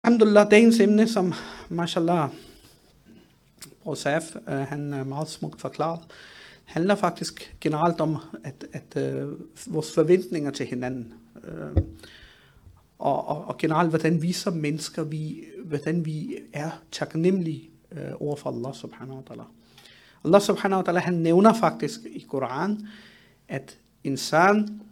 Alhamdulillah, dagens emne, som mashallah, Bror Saf, han meget smukt forklaret, handler faktisk generelt om, at vores forventninger til hinanden, og generelt, hvordan vi som mennesker, hvordan vi er taknemmelige over for Allah subhanahu wa ta'ala. Allah subhanahu wa ta'ala, han nævner faktisk i Koran, at insan,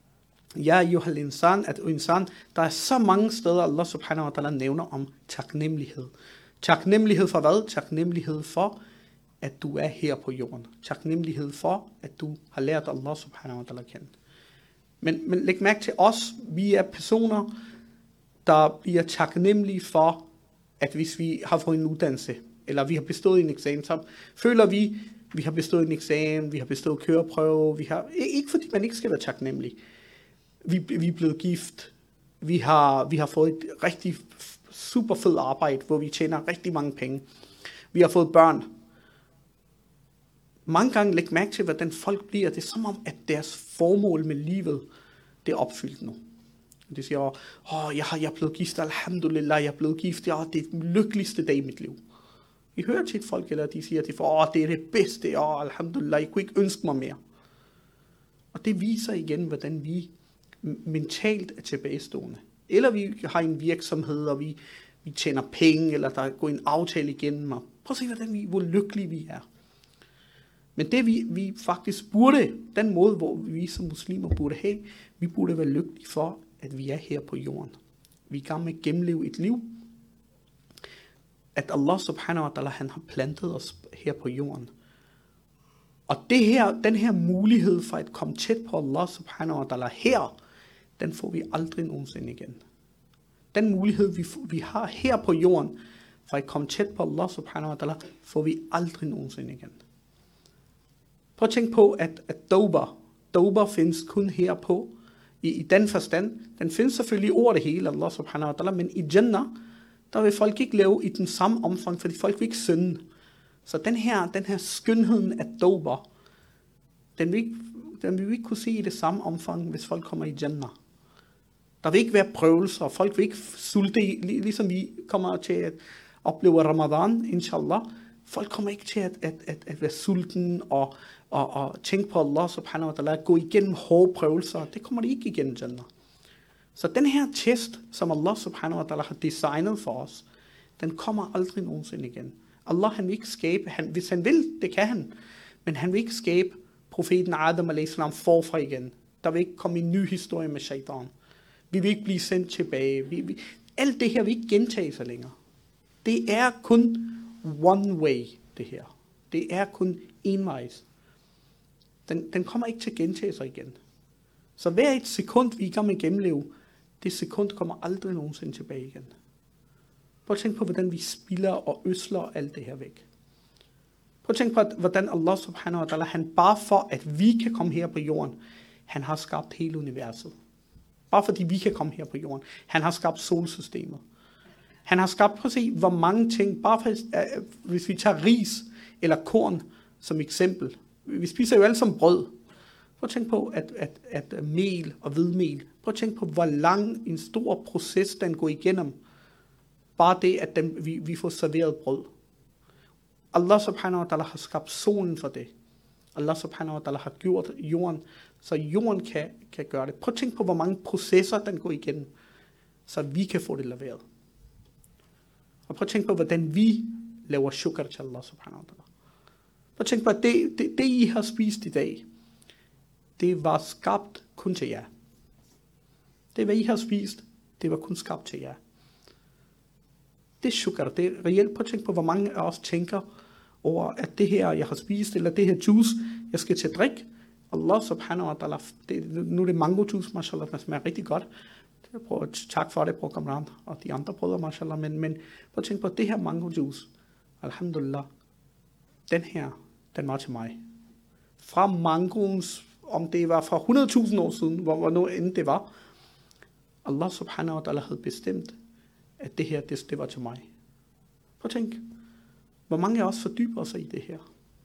at insan, der er så mange steder, Allah subhanahu wa ta'ala nævner om taknemmelighed. Taknemmelighed for hvad? Taknemmelighed for, at du er her på jorden. Taknemmelighed for, at du har lært Allah subhanahu wa ta'ala at kende. Men læg mærke til os, vi er personer, der bliver taknemmelige for, at hvis vi har fået en uddannelse, eller vi har bestået en eksamen, så føler vi har bestået en eksamen, vi har bestået køreprøve, ikke fordi man ikke skal være taknemmelig. Vi er blevet gift, vi har fået et rigtig super fedt arbejde, hvor vi tjener rigtig mange penge. Vi har fået børn. Mange gange læg mærke til, hvordan folk bliver. Det er som om, at deres formål med livet, det er opfyldt nu. De siger, jeg er blevet gift, alhamdulillah, jeg er blevet gift, det er den lykkeligste dag i mit liv. Vi hører tit folk, eller de siger, det er det bedste, alhamdulillah, jeg kunne ikke ønske mig mere. Og det viser igen, hvordan vi mentalt er tilbagestående. Eller vi har en virksomhed, og vi tjener penge, eller der går en aftale igennem. Og prøv at se, hvor lykkelige vi er. Men det vi faktisk burde, den måde, hvor vi som muslimer burde have, vi burde være lykkelige for, at vi er her på jorden. Vi er i gang med at gennemleve et liv, at Allah subhanahu wa ta'ala, han har plantet os her på jorden. Og den her mulighed for at komme tæt på Allah subhanahu wa ta'ala her, den får vi aldrig nogensinde igen. Den mulighed, vi har her på jorden, for at komme tæt på Allah subhanahu wa ta'ala, får vi aldrig nogensinde igen. Prøv at tænke på, at Tawba findes kun her på, i den forstand. Den findes selvfølgelig over det hele, Allah subhanahu wa ta'ala, men i Jannah, der vil folk ikke leve i den samme omfang, fordi folk vil ikke synde. Så den her skønheden af Tawba, den vil vi ikke kunne se i det samme omfang, hvis folk kommer i Jannah. Der vil ikke være prøvelser, folk vil ikke sulte, ligesom vi kommer til at opleve Ramadan, inshallah. Folk kommer ikke til at være sulten og tænke på Allah subhanahu wa ta'ala, at gå igennem hårde prøvelser. Det kommer de ikke igennem Jannah. Så den her test, som Allah subhanahu wa ta'ala har designet for os, den kommer aldrig nogensinde igen. Allah, han vil ikke skabe, hvis han vil, det kan han, men han vil ikke skabe profeten Adam a.s. forfra igen. Der vil ikke komme en ny historie med shaitan. Vi vil ikke blive sendt tilbage. Alt det her vil ikke gentage sig længere. Det er kun one way, det her. Det er kun envejs. Den kommer ikke til at gentage sig igen. Så hver et sekund, vi er i gang med at gennemleve, det sekund kommer aldrig nogensinde tilbage igen. Prøv at tænke på, hvordan vi spilder og øsler alt det her væk. Prøv at tænke på, hvordan Allah subhanahu wa ta'ala, han bare for, at vi kan komme her på jorden, han har skabt hele universet. Bare fordi vi kan komme her på jorden. Han har skabt solsystemet. Han har skabt, prøv at se, hvor mange ting, bare for, hvis vi tager ris eller korn som eksempel. Vi spiser jo alle som brød. Prøv at tænke på, at mel og hvidmel, prøv at tænke på, hvor lang en stor proces, den går igennem. Bare det, at vi får serveret brød. Allah subhanahu wa ta'ala har skabt solen for det. Allah subhanahu wa ta'ala har gjort jorden, så jorden kan gøre det. Prøv at tænke på, hvor mange processer den går igennem, så vi kan få det leveret. Og prøv at tænke på, hvordan vi laver shukr til Allah subhanahu wa ta'ala. Prøv at tænke på, at det I har spist i dag, det var skabt kun til jer. Det, hvad I har spist, det var kun skabt til jer. Det er shukr, det er reelt. Prøv at tænke på, hvor mange af os tænker over, at det her, jeg har spist, eller det her juice, jeg skal til at drikke. Allah subhanahu wa ta'ala, nu er det mango juice, mashallah, det smager rigtig godt. Tak for det, Bror Kamran, og de andre brødre, mashallah. Men prøv at tænke på, det her mango juice, alhamdulillah, den var til mig. Fra mangoens, om det var fra 100.000 år siden, hvornår end det var, Allah subhanahu wa ta'ala havde bestemt, at det her, det var til mig. Prøv at tænke, hvor mange af os fordyber sig i det her.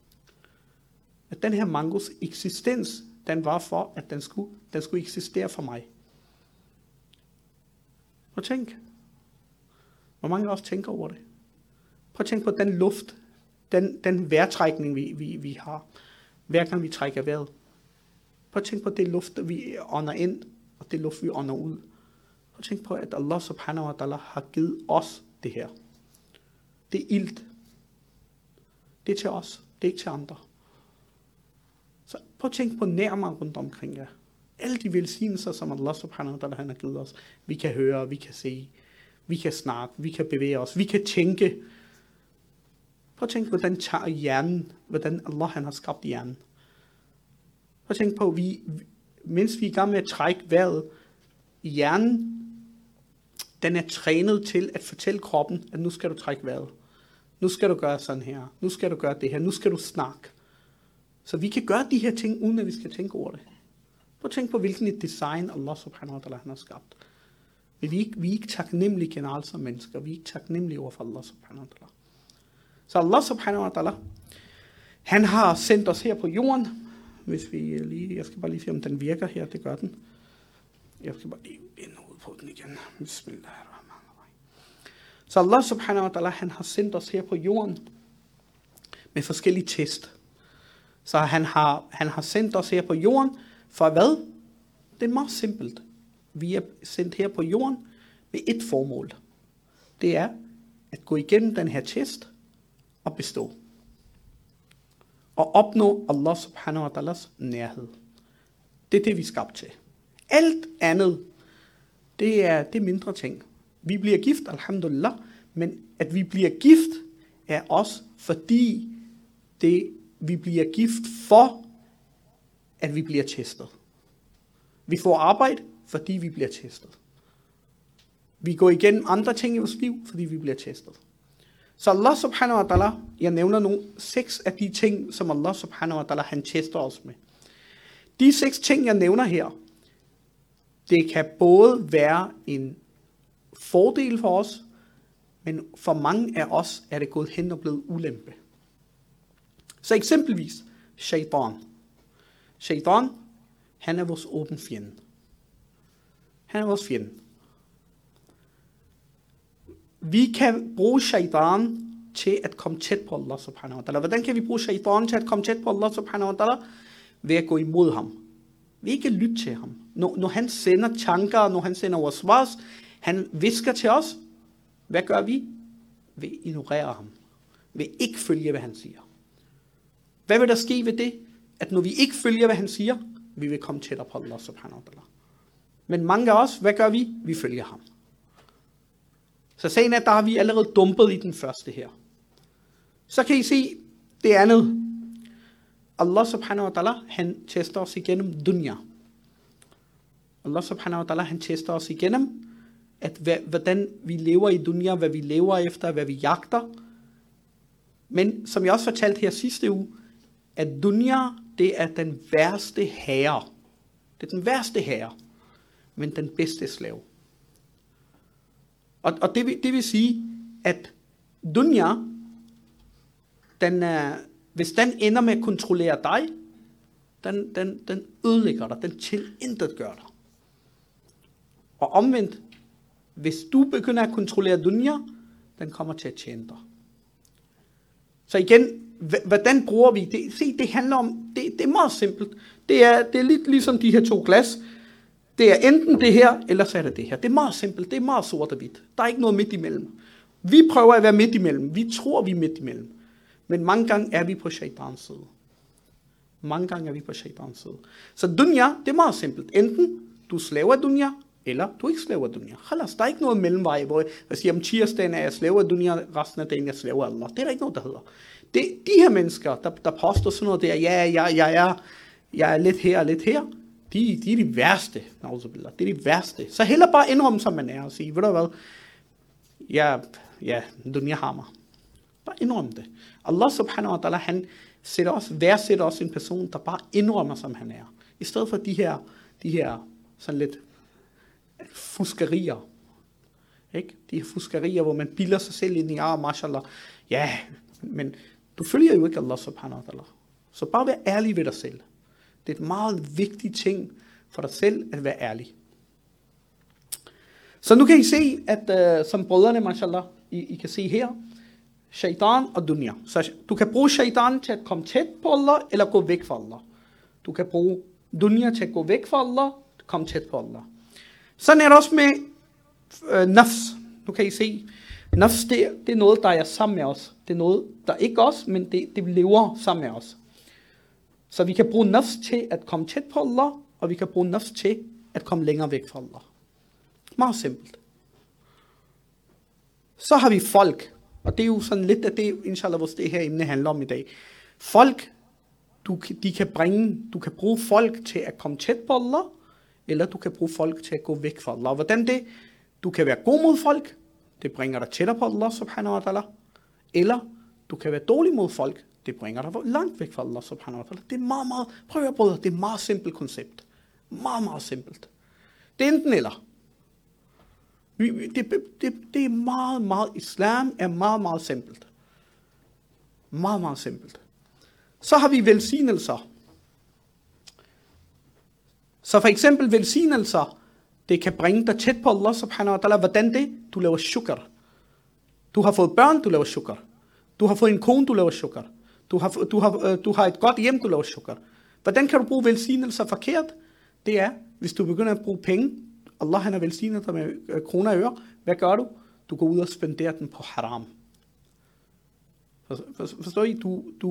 At den her mangos eksistens, den var for, at den skulle eksistere for mig. Prøv at tænke. Hvor mange af os tænker over det? Prøv at tænke på den luft, den vejrtrækning, vi har, hver gang vi trækker vejret. Prøv at tænke på det luft, vi ånder ind, og det luft, vi ånder ud. Prøv at tænke på, at Allah subhanahu wa ta'ala har givet os det her. Det er ilt. Det er til os, det er ikke til andre. Så prøv at tænke på nærmere rundt omkring jer. Alle de velsignelser, som Allah subhanahu wa ta'ala han har givet os. Vi kan høre, vi kan se, vi kan snakke, vi kan bevæge os, vi kan tænke. Prøv at tænke på, hvordan tager hjernen, hvordan Allah han har skabt hjernen. Prøv at tænke på, mens vi er i gang med at trække vejret, hjernen, den er trænet til at fortælle kroppen, at nu skal du trække vejret. Nu skal du gøre sådan her. Nu skal du gøre det her. Nu skal du snakke. Så vi kan gøre de her ting, uden at vi skal tænke over det. Prøv at tænke på, hvilken et design Allah subhanahu wa ta'ala har skabt. Vi er ikke taknemmelige generelt som mennesker. Vi er ikke taknemmelige over for Allah subhanahu wa ta'ala. Så Allah subhanahu wa ta'ala, han har sendt os her på jorden. Hvis vi lige, jeg skal bare lige se, om den virker her. Det gør den. Jeg skal bare lige vende ud på den igen. Bismillahirrahmanirrahim. Så Allah subhanahu wa ta'ala, han har sendt os her på jorden med forskellige test. Så han har sendt os her på jorden for hvad? Det er meget simpelt. Vi er sendt her på jorden med et formål. Det er at gå igennem den her test og bestå. Og opnå Allah subhanahu wa ta'alas nærhed. Det er det, vi er skabt til. Alt andet, det er mindre ting. Vi bliver gift, alhamdulillah, men at vi bliver gift er også fordi vi bliver gift for, at vi bliver testet. Vi får arbejde, fordi vi bliver testet. Vi går igennem andre ting i vores liv, fordi vi bliver testet. Så Allah subhanahu wa ta'ala, jeg nævner nu 6 af de ting, som Allah subhanahu wa ta'ala, han tester os med. De 6 ting, jeg nævner her, det kan både være en fordel for os, men for mange af os er det gået hen og blevet ulempe. Så eksempelvis shaitan. Shaitan, han er vores åben fjende. Han er vores fjende. Vi kan bruge shaitan til at komme tæt på Allah subhanahu wa ta'ala. Hvordan kan vi bruge shaitan til at komme tæt på Allah subhanahu wa ta'ala? Ved at gå imod ham. Vi ikke lytte til ham. Når han sender tanker, når han sender waswas, han visker til os. Hvad gør vi? Ved at ignorere ham. Ved ikke følge, hvad han siger. Hvad vil der ske ved det? At når vi ikke følger, hvad han siger, vi vil komme tættere på Allah subhanahu wa ta'ala. Men mange af os, hvad gør vi? Vi følger ham. Så sagen er, at der har vi allerede dumpet i den første her. Så kan I se det andet. Allah subhanahu wa ta'ala, han tester os igennem dunya. Allah subhanahu wa ta'ala, han tester os igennem, at hvordan vi lever i dunya, hvad vi lever efter, hvad vi jagter. Men som jeg også fortalte her sidste uge, at dunya, det er den værste herre. Det er den værste herre, men den bedste slave. Og det vil sige, at dunya, hvis den ender med at kontrollere dig, den ødelægger dig, den tilintetgør dig. Og omvendt, hvis du begynder at kontrollere dunya, den kommer til at tjene dig. Så igen, hvordan bruger vi det? Se, det handler om, det er meget simpelt. Det er lidt ligesom de her 2 glas. Det er enten det her, eller så er det det her. Det er meget simpelt, det er meget sort og hvidt. Der er ikke noget midt imellem. Vi prøver at være midt imellem. Vi tror, vi er midt imellem. Men mange gange er vi på shaitans side. Mange gange er vi på shaitans side. Så dunya, det er meget simpelt. Enten du slaver af dunya, eller du ikke slaver af dunya. Khalas, der er ikke noget mellemvej, hvor jeg siger, om tirsdagen er jeg slaver af dunya, resten af dagen jeg slaver af Allah. Det er der ikke noget, der hedder. De her mennesker, der påstår sådan noget der, jeg er lidt her og lidt her, de er de værste. Det er de værste. Så heller bare indrømme, som man er, og sige, ved du hvad, dunya har mig. Bare indrømme det. Allah subhanahu wa ta'ala, han værdsætter også en person, der bare indrømmer, som han er. I stedet for de her sådan lidt fuskerier. Ikke? De her fuskerier, hvor man bilder sig selv ind i, mashallah, ja, men du følger jo ikke Allah subhanahu wa ta'ala. Så bare vær ærlig ved dig selv. Det er et meget vigtigt ting for dig selv at være ærlig. Så nu kan I se, at som brødrene, mashallah, I kan se her, shaitan og dunya. Så du kan bruge shaitan til at komme tæt på Allah, eller gå væk fra Allah. Du kan bruge dunya til at gå væk fra Allah, komme tæt på Allah. Sådan er det også med nafs. Nu kan I se, nafs det er noget, der er sammen med os. Det er noget, der ikke os, men det lever sammen med os. Så vi kan bruge nafs til at komme tæt på Allah, og vi kan bruge nafs til at komme længere væk fra Allah. Meget simpelt. Så har vi folk, og det er jo sådan lidt af det, inshallah, hvor det her emne handler om i dag. Folk, du kan bruge folk til at komme tæt på Allah, eller du kan bruge folk til at gå væk fra Allah. Hvordan det? Du kan være god mod folk, det bringer dig tættere på Allah subhanahu wa ta'ala, eller du kan være dårlig mod folk, det bringer dig langt væk fra Allah subhanahu wa ta'ala. Det er meget, prøv at brødre, det er et meget simpelt koncept. Meget simpelt. Det er enten eller. Det er meget, islam er meget simpelt. Meget simpelt. Så har vi velsignelser. Så for eksempel velsignelser, det kan bringe dig tæt på Allah subhanahu wa ta'ala. Hvordan det? Du laver shukr. Du har fået børn, du laver shukr. Du har fået en kone, du laver shukr. Du har et godt hjem, du laver shukr. Hvordan kan du bruge velsignelser forkert? Det er, hvis du begynder at bruge penge. Allah han har velsignet dig med kroner og øre. Hvad gør du? Du går ud og spenderer den på haram. Forstår I?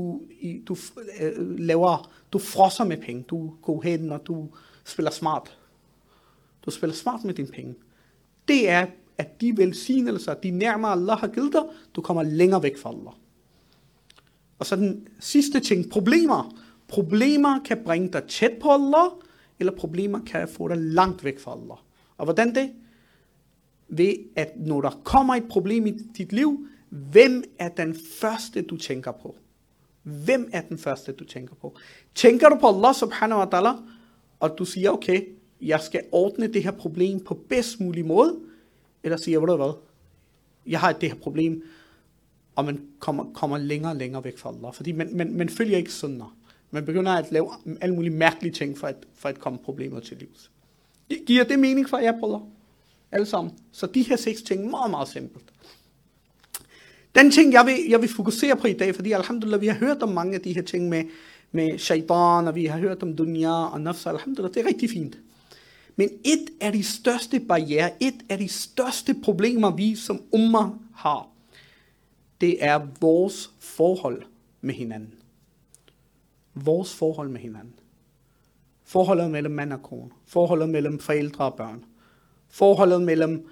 Du frosser med penge. Du går hen og du spiller smart. Du spiller smart med dine penge. Det er, at de velsignelser, de nærmere Allah har givet dig, du kommer længere væk fra Allah. Og så den sidste ting, problemer. Problemer kan bringe dig tæt på Allah, eller problemer kan få dig langt væk fra Allah. Og hvordan det? Ved at når der kommer et problem i dit liv, hvem er den første, du tænker på? Hvem er den første, du tænker på? Tænker du på Allah subhanahu wa ta'ala, og du siger, okay, jeg skal ordne det her problem på bedst mulig måde, eller siger du hvad? Jeg har det her problem, og man kommer længere og længere væk fra Allah, fordi man følger ikke sunnah. Man begynder at lave alle mulige mærkelige ting for at komme problemer til livs. Giver det mening for jer, brødre? Alle sammen. Så de her 6 ting, meget simpelt. Den ting, jeg vil fokusere på i dag, fordi alhamdulillah, vi har hørt om mange af de her ting med shaitan, og vi har hørt om dunya og nafs, alhamdulillah, det er rigtig fint. Men et af de største barrierer, et af de største problemer, vi som ummah har, det er vores forhold med hinanden. Vores forhold med hinanden. Forholdet mellem mand og kone. Forholdet mellem forældre og børn. Forholdet mellem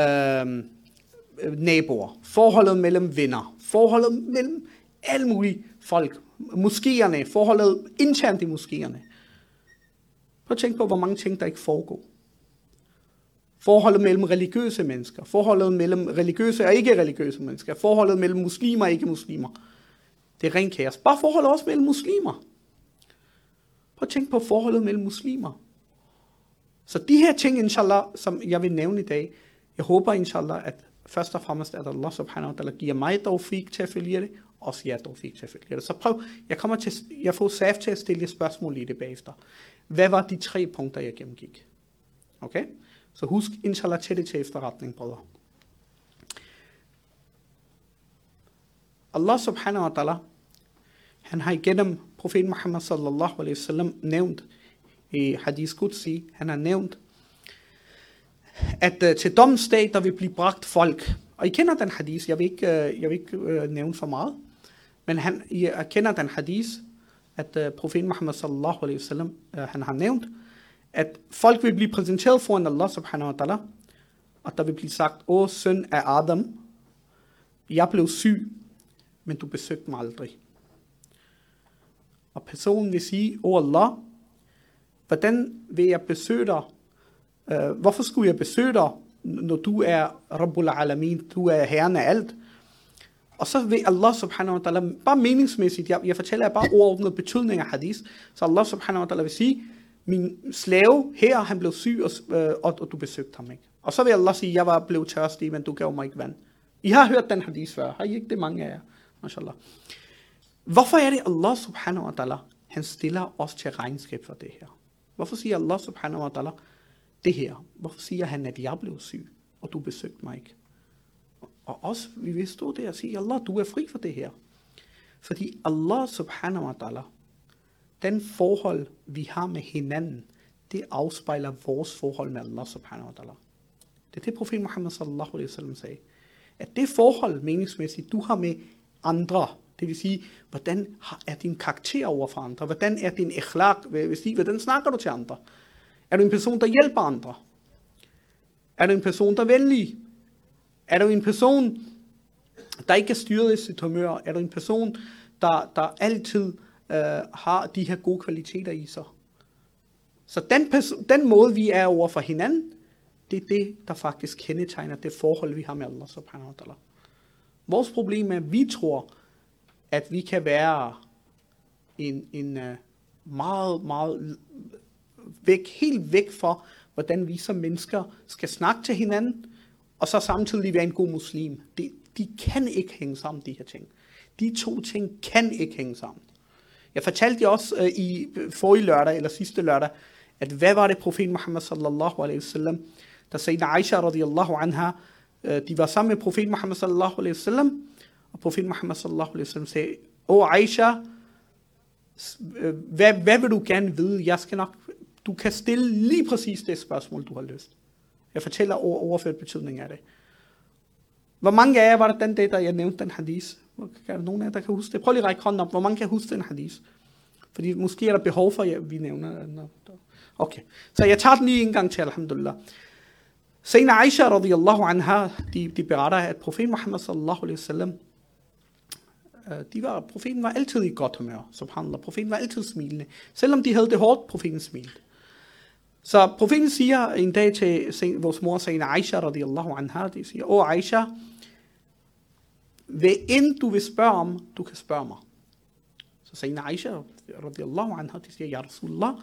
naboer. Forholdet mellem venner. Forholdet mellem alle mulige folk. Moskéerne. Forholdet internt i moskéerne. Prøv at tænke på, hvor mange ting, der ikke foregår. Forholdet mellem religiøse mennesker. Forholdet mellem religiøse og ikke-religiøse mennesker. Forholdet mellem muslimer og ikke-muslimer. Det er ren kaos. Bare forholdet også mellem muslimer. Prøv at tænke på forholdet mellem muslimer. Så de her ting, inshallah, som jeg vil nævne i dag, jeg håber, inshallah, at først og fremmest, at Allah subhanahu wa ta'ala giver mig tawfiq til at følge det, også jer tawfiq til at følge det. Så prøv, jeg får Saf til at stille spørgsmål i det bagefter. Hvad var de 3 punkter, jeg gennemgik? Okay? Så husk, inshallah, til det til efterretning, brødre. Allah subhanahu wa ta'ala, han har igennem profeten Muhammad sallallahu alaihi wasallam nævnt i hadith Qudsi, han har nævnt, at til domsdag, der vil blive bragt folk. Og I kender den hadith, jeg vil ikke nævne for meget, men I kender den hadith, at profeten Muhammad sallallahu alaihi wasallam, han har nævnt, at folk vil blive præsenteret foran Allah subhanahu wa ta'ala, og der vil blive sagt, åh søn af Adam, jeg blev syg, men du besøgte mig aldrig. Og personen vil sige, åh Allah, hvordan vil jeg besøge dig? Hvorfor skulle jeg besøge dig, når du er Rabbul Alamin, du er herren af alt? Og så vil Allah subhanahu wa ta'ala, bare meningsmæssigt, jeg fortæller jer bare overordnet betydning af hadith, så Allah subhanahu wa ta'ala vil sige, min slave her, han blev syg, og du besøgte ham ikke. Og så vil Allah sige, jeg var blevet tørstig, men du gav mig ikke vand. I har hørt den hadith før, har I ikke det mange af jer? Mashallah. Hvorfor er det Allah subhanahu wa ta'ala, han stiller os til regnskab for det her? Hvorfor siger Allah subhanahu wa ta'ala det her? Hvorfor siger han, at jeg blev syg? og du besøgte mig ikke. Og også, vi vil stå der og sige, Allah, du er fri for det her. Fordi Allah subhanahu wa ta'ala, den forhold, vi har med hinanden, det afspejler vores forhold med Allah subhanahu wa ta'ala. Det er det, profet Muhammad sallallahu alaihi wasallam sagde. At det forhold, meningsmæssigt, du har med andre, det vil sige, hvordan er din karakter over for andre? Hvordan er din ikhlaq? Hvordan snakker du til andre? Er du en person, der hjælper andre? Er du en person, der er venlig? Er du en person, der ikke er styret i sit humør? Er du en person, der altid har de her gode kvaliteter i sig? Så den måde, vi er over for hinanden, det er det, der faktisk kendetegner det forhold, vi har med Allah subhanahu wa ta'ala. Vores problem er, at vi tror, at vi kan være en meget, meget helt væk fra, hvordan vi som mennesker skal snakke til hinanden, og så samtidig være en god muslim. De kan ikke hænge sammen, de her ting. De to ting kan ikke hænge sammen. Jeg fortalte jer også i forrige lørdag, eller sidste lørdag, at hvad var det profet Muhammad sallallahu alaihi wasallam, der sagde Aisha radiyallahu anha, de var sammen med profet Muhammad sallallahu alaihi wasallam, og profet Muhammad sallallahu alaihi wasallam sagde, Aisha, hvad vil du gerne vide? Jeg skal nok, du kan stille lige præcis det spørgsmål, du har lyst. Jeg fortæller overført betydning af det. Hvor mange af jer var det den dag, da jeg nævnte den hadith? Er der nogen af jer, der kan huske det? Prøv lige at række hånden op. Hvor mange kan huske den hadith? Fordi måske er der behov for, at vi nævner den. Okay, så jeg tager den lige en gang til, alhamdulillah. Sayyidina Aisha radiyallahu anha, de beretter, at profeten Muhammad sallallahu alaihi wasallam, profeten var altid i godt humør, subhanallah. Profeten var altid smilende. Selvom de havde det hårdt, profeten smilte. Så profeten siger en dag til vores mor, Sayyidina Aisha radiyallahu anha, de siger, Aisha, hvad end du vil spørge om, du kan spørge mig. Så Sayyidina Aisha radiyallahu anha, de siger, ja Rasulullah,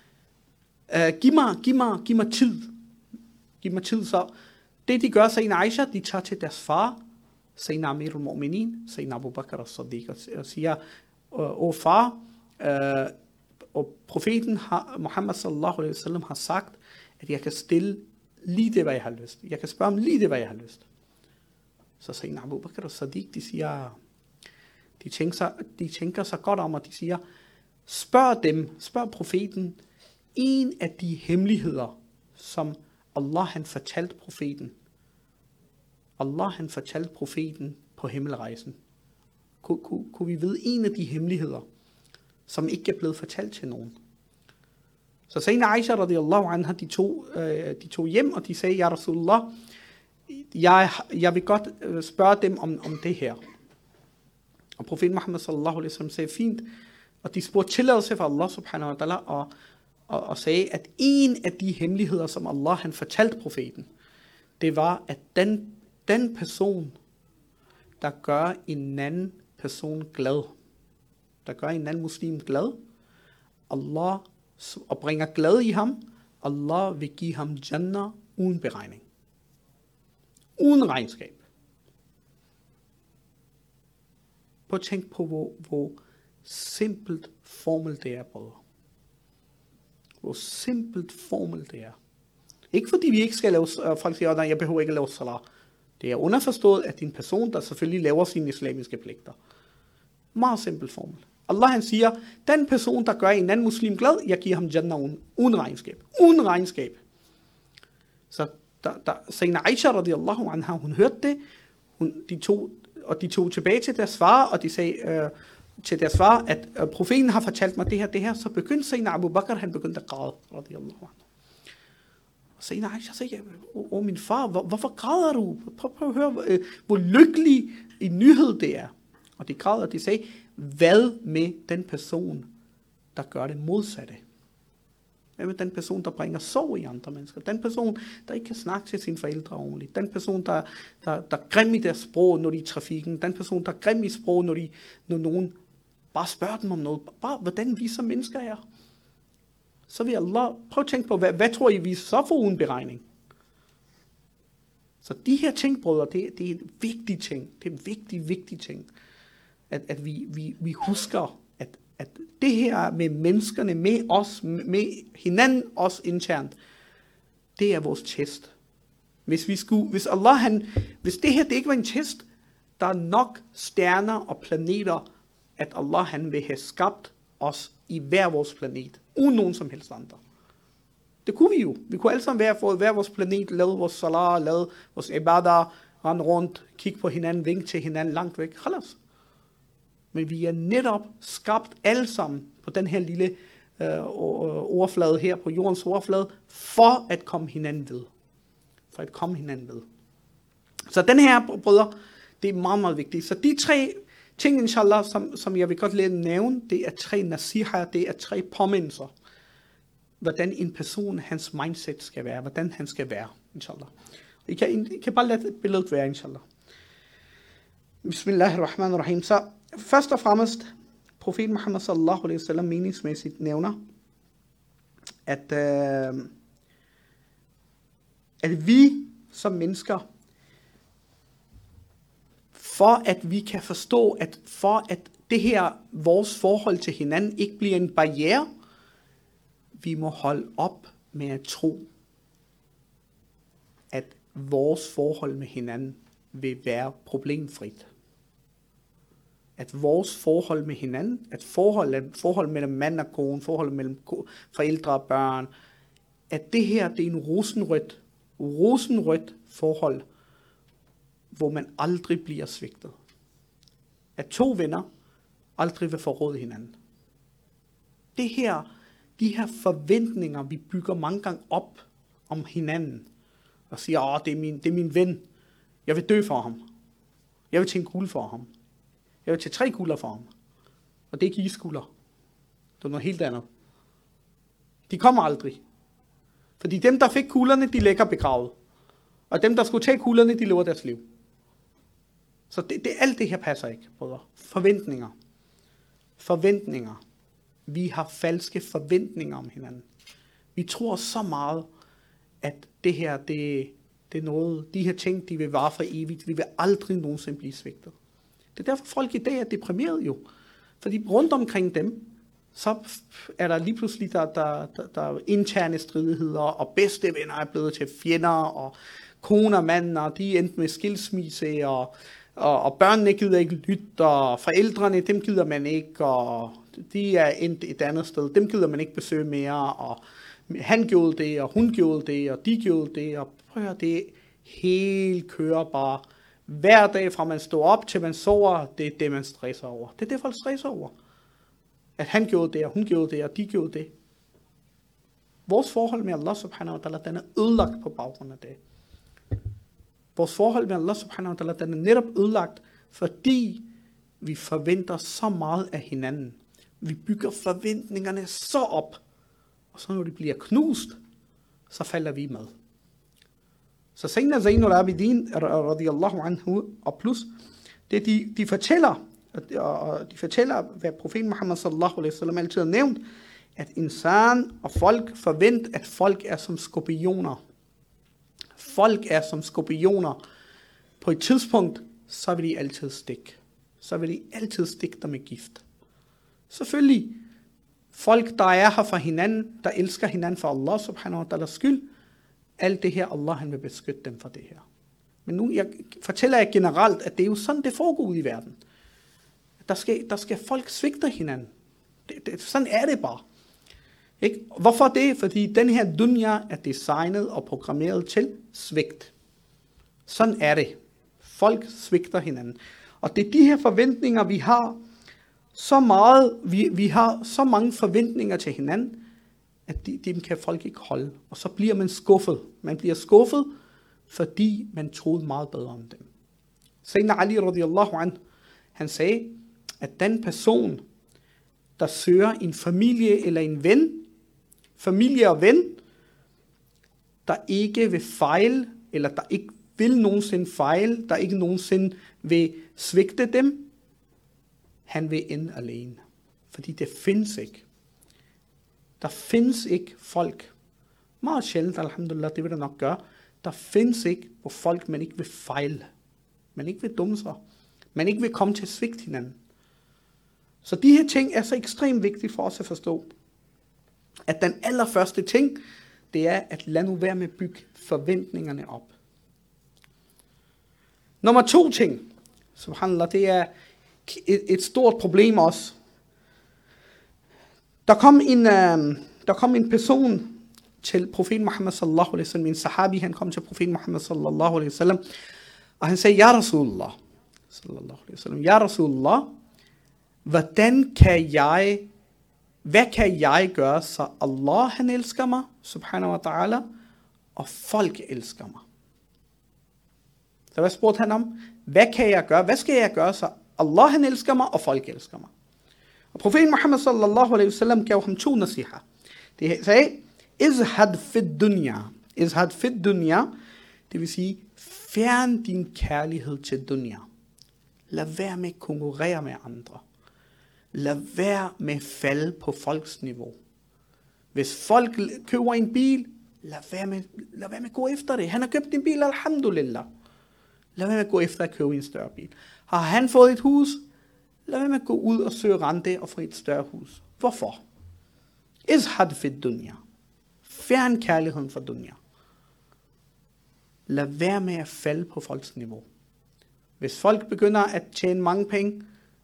giv mig tid. Giv mig tid. Så det de gør, Sayyidina Aisha, de tager til deres far, Sayyidina Amir al-Mu'minin, Sayyidina Abu Bakr as-Siddiq, og siger, far, og profeten Muhammad sallallahu alaihi wasallam har sagt, at jeg kan stille lige det, hvad jeg har lyst. Jeg kan spørge om lige det, hvad jeg har lyst. Så Sayyidina Abu Bakr as-Siddiq, de siger, de tænker sig godt om, og de siger, spørg profeten, en af de hemmeligheder, som Allah han fortalte profeten. Allah han fortalte profeten på himmelrejsen. Kunne vi vide en af de hemmeligheder, som ikke er blevet fortalt til nogen? Så Sayyidina Aisha radiyallahu anha, de tog hjem, og de sagde, ja Rasulullah, jeg vil godt spørge dem om det her. Og profeten Muhammad sallallahu alaihi wasallam sagde, fint, og de spurgte tilladelse fra Allah subhanahu wa ta'ala, og sagde, at en af de hemmeligheder, som Allah han fortalte profeten, det var, at den person, der gør en anden person glad, der gør en anden muslim glad, Allah, og bringer glæde i ham, Allah vil give ham Jannah uden beregning. Uden regnskab. Prøv at tænke på, hvor simpelt formel det er, brødre. Hvor simpelt formel det er. Ikke fordi vi ikke skal lave, folk siger, nej, jeg behøver ikke at lave salat. Det er underforstået, at din person, der selvfølgelig laver sine islamiske pligter. Meget simpel formel. Allah han siger, den person, der gør en anden muslim glad, jeg giver ham Jannah uden regnskab. Uden regnskab. Så Sayyidina Aisha radiyallahu anha, hun hørte det, de tog tilbage til deres far, og de sagde til deres far, at profeten har fortalt mig det her, så begyndte Sayyidina Abu Bakr, han begyndte at græde, radiyallahu anha. Og Sayyidina Aisha sagde, min far, hvorfor græder du? Prøv at høre, hvor lykkelig en nyhed det er. Og de græd, og de sagde, hvad med den person, der gør det modsatte? Hvad med den person, der bringer sorg i andre mennesker? Den person, der ikke kan snakke til sine forældre ordentligt? Den person, der er grim i deres sprog, når de er i trafikken? Den person, der er grim i sprog, når nogen bare spørger dem om noget? Bare, hvordan vi som mennesker er? Så vil Allah, prøv at tænke på, hvad tror I, vi så får uden beregning? Så de her ting, brødre, det er en vigtig ting. Det er en vigtig ting. At vi husker, at det her med menneskerne, med os, med hinanden, os internt, det er vores test. Hvis det her det ikke var en test, der er nok stjerner og planeter, at Allah han vil have skabt os i hver vores planet, uden nogen som helst andre. Det kunne vi jo. Vi kunne alle sammen være på hver vores planet, lave vores salat, lave vores ibadah, rende rundt, kigge på hinanden, vinke til hinanden langt væk. Khalas. Men vi er netop skabt alle sammen på den her lille overflade her, på jordens overflade, for at komme hinanden ved. Så den her, brødre, det er meget, meget vigtigt. Så de 3 ting, inshallah, som jeg vil godt lade nævne, det er 3 nasiha, det er 3 påmindelser. Hvordan en person, hans mindset skal være, hvordan han skal være, inshallah. I kan bare lade billedet være, inshallah. Bismillahirrahmanirrahim. Så først og fremmest, profeten Muhammad sallallahu alaihi wasallam meningsmæssigt nævner, at vi som mennesker, for at vi kan forstå, for at det her, vores forhold til hinanden, ikke bliver en barriere, vi må holde op med at tro, at vores forhold med hinanden vil være problemfrit. At vores forhold med hinanden, at forhold mellem mand og kone, forhold mellem forældre og børn, at det her, det er en rosenrødt forhold, hvor man aldrig bliver svigtet. At 2 venner aldrig vil forråde hinanden. De her forventninger, vi bygger mange gange op om hinanden, og siger, det er min ven, jeg vil dø for ham, jeg vil tage en kugle for ham, jeg vil tage 3 kugler for ham, og det er ikke iskugler, det er noget helt andet. De kommer aldrig, fordi dem, der fik kuglerne, de ligger begravet, og dem, der skulle tage kuglerne, de lever deres liv. Så alt det her passer ikke, brødre. Forventninger. Vi har falske forventninger om hinanden. Vi tror så meget, at det her, det er noget, de her ting, de vil vare for evigt. Vi vil aldrig nogensinde blive svigtet. Det er derfor, folk i dag er deprimeret jo. Fordi rundt omkring dem, så er der lige pludselig der er interne stridigheder, og bedste venner er blevet til fjender, og kone og mand, og de er endt med skilsmisse, og børnene gider ikke lytte, og forældrene, dem gider man ikke, og de er endt et andet sted, dem gider man ikke besøge mere, og han gjorde det, og hun gjorde det, og de gjorde det, og prøv at høre, det helt kører bare. Hver dag fra man står op til man sover, det er det man stresser over. Det er det folk stresser over. At han gjorde det, og hun gjorde det, og de gjorde det. Vores forhold med Allah subhanahu wa ta'ala, den er ødelagt på baggrund af det. Vores forhold med Allah subhanahu wa ta'ala, den er netop ødelagt, fordi vi forventer så meget af hinanden. Vi bygger forventningerne så op, og så når de bliver knust, så falder vi med. Så Sayyidina Zainul Abidin, radiyallahu anhu, og plus, det de fortæller, hvad profeten Muhammad sallallahu alaihi wasallam altid har nævnt, at insan og folk forventer, at folk er som skorpioner. Folk er som skorpioner. På et tidspunkt, så vil de altid stikke. Så vil de altid stikke dig med gift. Selvfølgelig, folk, der er her for hinanden, der elsker hinanden for Allah subhanahu wa ta'ala skyld, alt det her, Allah han vil beskytte dem for det her. Men nu fortæller jeg generelt, at det er jo sådan, det foregår ude i verden. Der skal folk svigte hinanden. Sådan er det bare. Ikke? Hvorfor det? Fordi den her dunya er designet og programmeret til svigt. Sådan er det. Folk svigter hinanden. Og det er de her forventninger, vi har så meget, vi har så mange forventninger til hinanden, at dem kan folk ikke holde. Og så bliver man skuffet. Man bliver skuffet, fordi man troede meget bedre om dem. Sayyidina Ali radiyallahu anhu, han sagde, at den person, der søger en familie eller en ven, familie og ven, der ikke vil fejle, eller der ikke vil nogensinde fejle, der ikke nogensinde vil svigte dem, han vil ende alene. Fordi det findes ikke. Der findes ikke folk, meget sjældent, alhamdulillah, det vil der nok gøre, der findes ikke, hvor folk, man ikke vil fejle. Man ikke vil dumme sig. Man ikke vil komme til at svigte hinanden. Så de her ting er så ekstremt vigtige for os at forstå. At den allerførste ting, det er at lade nu være med at bygge forventningerne op. Nummer 2 ting, subhanallah, det er et stort problem også. Der kom en person til profeten Muhammad sallallahu alaihi wasallam, en sahabi, han kom til profeten Muhammad sallallahu alaihi wasallam, og han sagde, ja Rasulullah, sallallahu alaihi wasallam, ja Rasulullah, hvad kan jeg gøre, så Allah han elsker mig, subhanahu wa ta'ala, og folk elsker mig? Så hvad spurgte han om? Hvad skal jeg gøre, så Allah han elsker mig, og folk elsker mig? Og profeten Muhammad sallallahu alaihi wasallam gav ham 2 nasiha. Det sagde, izhad fid dunya, det vil sige, fjern din kærlighed til dunya. Lad være med at konkurrere med andre. Lad være med at falde på folks niveau. Hvis folk køber en bil, lad være med at gå efter det. Han har købt en bil, alhamdulillah. Lad være med at gå efter at købe en større bil. Har han fået et hus, lad være med at gå ud og søge rente og få et større hus. Hvorfor? Izhad fid dunya. Fjern kærligheden for dunya. Lad være med at falde på folks niveau. Hvis folk begynder at tjene mange penge,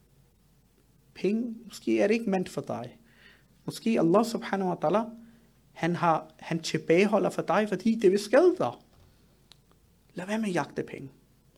måske er det ikke ment for dig. Måske Allah subhanahu wa ta'ala, han tilbageholder for dig, fordi det vil skade dig. Lad være med at jagte penge.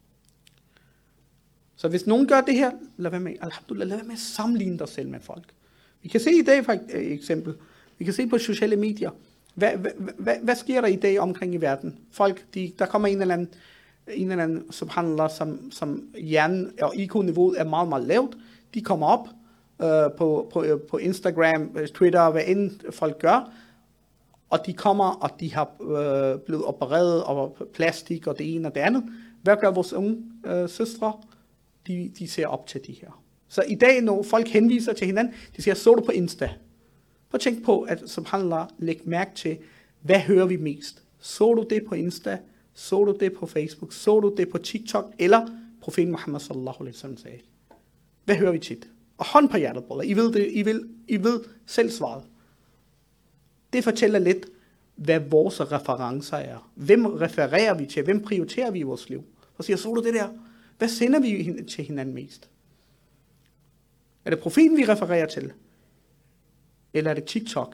Så hvis nogen gør det her, lad være med at sammenligne dig selv med folk. Vi kan se i dag for eksempel, vi kan se på sociale medier, hvad sker der i dag omkring i verden? Folk, der kommer en eller anden subhanallah, som hjernen og IQ-niveauet er meget, meget lavt. De kommer op på Instagram, Twitter, hvad end folk gør, og de kommer, og de har blevet opereret og plastik og det ene og det andet. Hvad gør vores unge søstre? De ser op til de her. Så i dag, når folk henviser til hinanden, de siger, så du på Insta? Prøv at tænke på, at subhanallah, læg mærke til, hvad hører vi mest? Så du det på Insta? Så du det på Facebook? Så du det på TikTok? Eller profeten Muhammad sallallahu alaihi wasallam sagde? Hvad hører vi tit? Og hånd på hjertet, brødre. I ved det, I ved selv svaret. Det fortæller lidt, hvad vores referencer er. Hvem refererer vi til? Hvem prioriterer vi i vores liv? Og siger, så du det der? Hvad sender vi til hinanden mest? Er det profeten, vi refererer til? Eller er det TikTok?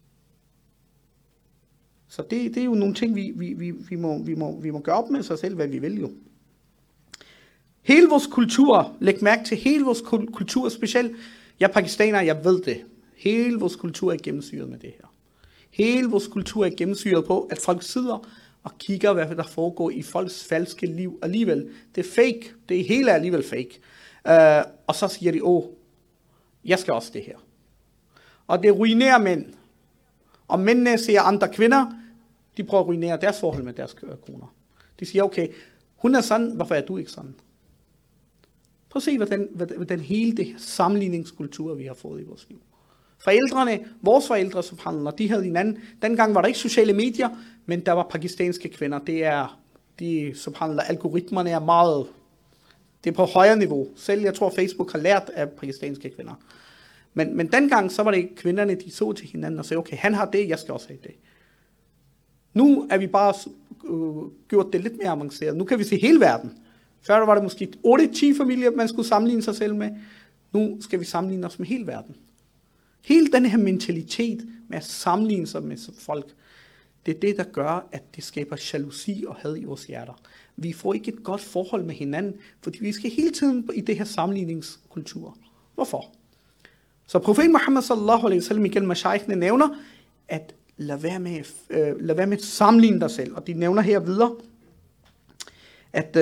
Så det er jo nogle ting, vi må gøre op med sig selv, hvad vi vil jo. Hele vores kultur, læg mærke til hele vores kultur, specielt jeg er pakistaner, jeg ved det. Hele vores kultur er gennemsyret med det her. Hele vores kultur er gennemsyret på, at folk sidder og kigger, hvad der foregår i folks falske liv alligevel. Det er fake, det hele er alligevel fake. Og så siger de, jeg skal også det her. Og det ruinerer mænd. Og mændene ser andre kvinder, de prøver at ruinere deres forhold med deres koner. De siger, okay, hun er sådan, hvorfor er du ikke sådan? Prøv at se, hvordan hele det her sammenligningskultur, vi har fået i vores liv. Vores forældre, subhanallah, de havde hinanden. Dengang var der ikke sociale medier, men der var pakistanske kvinder. Subhanallah, algoritmerne er meget, det er på højere niveau. Selv jeg tror, Facebook har lært af pakistanske kvinder. Men dengang, så var det kvinderne, de så til hinanden og sagde, okay, han har det, jeg skal også have det. Nu er vi bare gjort det lidt mere avanceret. Nu kan vi se hele verden. Før var det måske 8-10 familier, man skulle sammenligne sig selv med. Nu skal vi sammenligne os med hele verden. Hele den her mentalitet med at sammenligne sig med folk, det er det, der gør, at det skaber jalousi og had i vores hjerter. Vi får ikke et godt forhold med hinanden, fordi vi skal hele tiden i det her sammenligningskultur. Hvorfor? Så profeten Muhammad sallallahu alaihi wasallam igennem mashaykhene nævner, at lad være med at sammenligne dig selv. Og de nævner her videre, at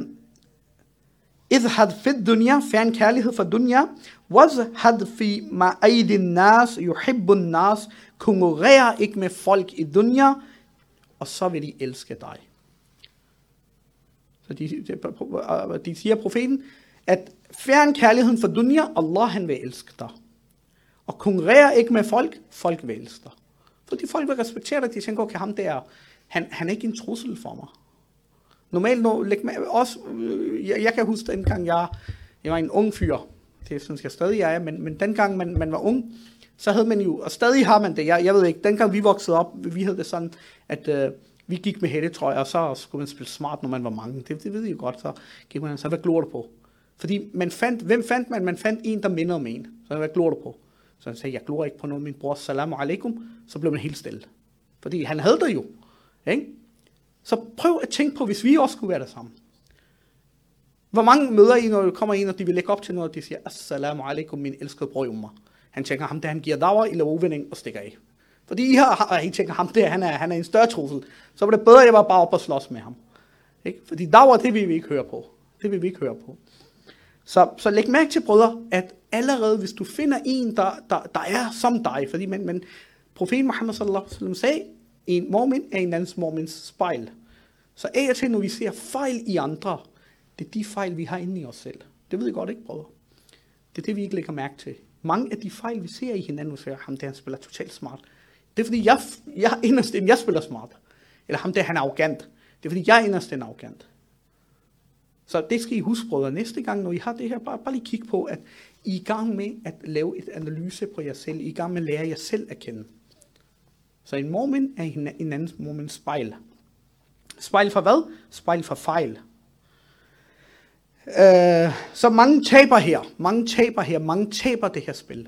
izhad fid dunya, fjern kærlighed for dunya, wazhad fi ma'aidin nas, yuhibbun nas, konkurrer ikke med folk i dunya, og så vil de elske dig. Så de siger profeten, at fjern kærligheden for dunya, Allah han vil elske dig. Og konkurrer ikke med folk, folk vil elske dig. Fordi folk vil respektere dig, de tænker, okay, ham der, han er ikke en trussel for mig. Normalt, jeg kan huske, dengang jeg var en ung fyr, det synes jeg stadig er, men dengang man var ung, så havde man jo, og stadig har man det, jeg ved ikke, dengang vi voksede op, vi havde det sådan, at Vi gik med hættetrøjer, og så skulle man spille smart, når man var mange. Det ved I jo godt, så gik man, så hvad glor du på? Fordi hvem fandt man? Man fandt en, der mindede om en. Så hvad glor du på? Så han sagde, jeg glor ikke på noget, min bror, salamu alaikum. Så blev man helt stille. Fordi han havde det jo. Ikke? Så prøv at tænke på, hvis vi også skulle være det samme. Hvor mange møder I, når du kommer ind, og de vil lægge op til noget, og de siger, assalamu alaikum, min elskede bror Umar. Han tænker ham, der han giver dager eller uvending og stikker af. Fordi I tænker ham, der han er en større trussel. Så var det bedre, at jeg var bare op og slås med ham. Ikke? Fordi dager, det vil vi ikke høre på. Det vil vi ikke høre på. Så læg mærke til, brødre, at allerede hvis du finder en, der er som dig, fordi men profeten Muhammad sallallahu alaihi wasallam sagde, en mu'min er en andens mu'mins spejl. Så af og til, når vi ser fejl i andre, det er de fejl, vi har inde i os selv. Det ved I godt ikke, brødre. Det er det, vi ikke lægger mærke til. Mange af de fejl, vi ser i hinanden, vi ser ham der, han spiller totalt smart. Det er fordi, jeg inderst inden, jeg spiller smart. Eller ham der, han er arrogant. Det er fordi, jeg inderst inden arrogant. Så det skal I huske, brødre. Næste gang, når I har det her, bare lige kig på, at I er i gang med at lave et analyse på jer selv. I er i gang med at lære jer selv at kende. Så en mu'min er en andens mu'mins spejl. Spejl for hvad? Spejl for fejl. Så mange taber her. Mange taber det her spil.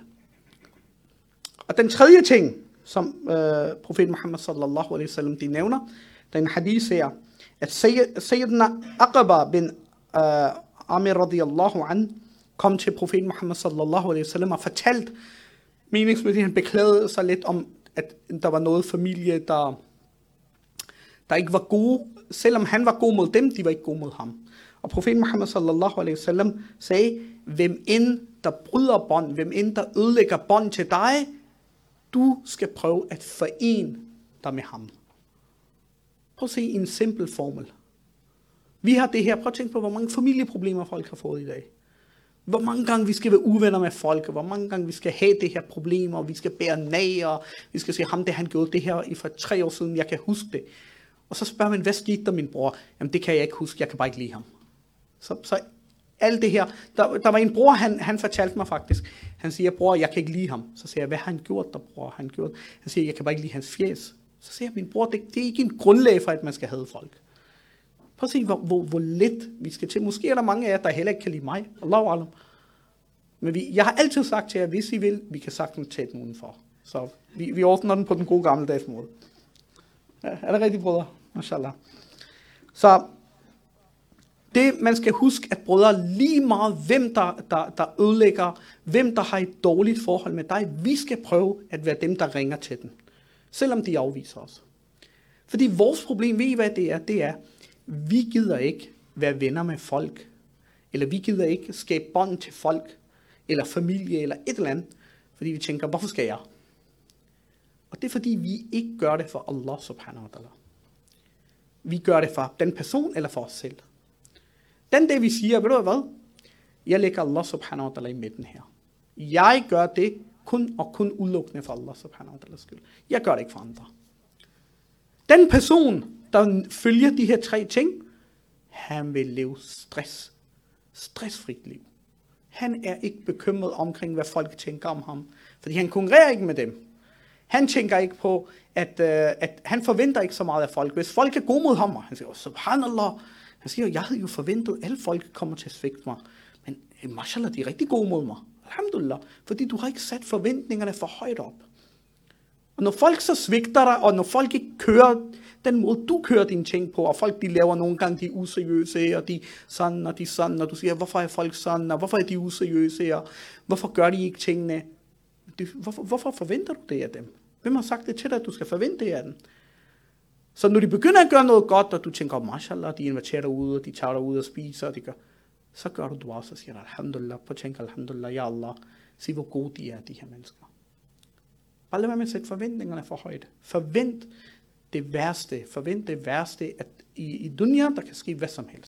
Og den tredje ting, som profeten Muhammad sallallahu alaihi wasallam de nævner, der er en hadith her, at Sayyidina Aqaba bin Amir radiyallahu an kom til profeten Muhammad sallallahu alaihi wasallam og fortalte, meningsmæssigt han beklagede sig lidt om, at der var noget familie, der ikke var gode, selvom han var god mod dem, de var ikke gode mod ham. Og profeten Muhammad sallallahu alaihi wasallam sagde, hvem end der bryder bånd, hvem end der ødelægger bånd til dig, du skal prøve at forene dig med ham. Prøv at se en simpel formel. Vi har det her, prøv at tænke på, hvor mange familieproblemer folk har fået i dag. Hvor mange gange vi skal være uvenner med folk, hvor mange gange vi skal have det her problem, og vi skal bære nag, og vi skal sige, ham det han gjorde det her for 3 år siden, jeg kan huske det. Og så spørger man, hvad skete der, min bror? Jamen det kan jeg ikke huske, jeg kan bare ikke lide ham. Så alt det her, der var en bror, han fortalte mig faktisk, han siger, bror, jeg kan ikke lide ham. Så siger jeg, hvad har han gjort der, bror? Han siger, jeg kan bare ikke lide hans fjes. Så siger jeg, min bror, det er ikke en grundlag for, at man skal hade folk. Prøv at se, hvor lidt vi skal til. Måske er der mange af jer, der heller ikke kan lide mig. Allahu alam. Men jeg har altid sagt til jer, hvis I vil, vi kan sagtens tage den udenfor. Så vi ordner den på den gode gammeldags måde. Ja, er det rigtigt, brødre? Mashallah. Så det, man skal huske, at brødre, lige meget hvem der ødelægger, hvem der har et dårligt forhold med dig, vi skal prøve at være dem, der ringer til den. Selvom de afviser os. Fordi vores problem, ved I hvad det er? Det er, vi gider ikke være venner med folk. Eller vi gider ikke skabe bånd til folk. Eller familie, eller et eller andet. Fordi vi tænker, hvorfor skal jeg? Og det er fordi, vi ikke gør det for Allah subhanahu wa ta'ala. Vi gør det for den person, eller for os selv. Den dag vi siger, ved du hvad? Jeg lægger Allah subhanahu wa ta'ala i midten her. Jeg gør det kun udelukkende for Allah subhanahu wa ta'ala skyld. Jeg gør det ikke for andre. Den person, der følger de her 3 ting, han vil leve stressfrit liv. Han er ikke bekymret omkring, hvad folk tænker om ham. Fordi han konkurrerer ikke med dem. Han tænker ikke på, at han forventer ikke så meget af folk. Hvis folk er gode mod ham, han siger, subhanallah. Han siger, jeg havde jo forventet, at alle folk kommer til at svigte mig. Men mashallah, de er rigtig gode mod mig. Alhamdulillah. Fordi du har ikke sat forventningerne for højt op. Og når folk så svigter dig, og når folk ikke kører den måde, du kører dine ting på, og folk de laver nogle gange de useriøse, og de sådan, og du siger, hvorfor er folk sådan, og hvorfor er de useriøse, og hvorfor gør de ikke tingene? Hvorfor forventer du det af dem? Hvem har sagt det til dig, at du skal forvente det af dem? Så når de begynder at gøre noget godt, og du tænker, mashallah, de inviterer dig ud, og de tager dig ud og spiser, og de gør, så gør du dua, så siger du, alhamdulillah, på tænk, alhamdulillah, ya Allah, sig hvor gode de er, de her mennesker. Bare lad være med at sætte forventningerne for højt. Forvent det værste, at i dunya, der kan ske hvad som helst.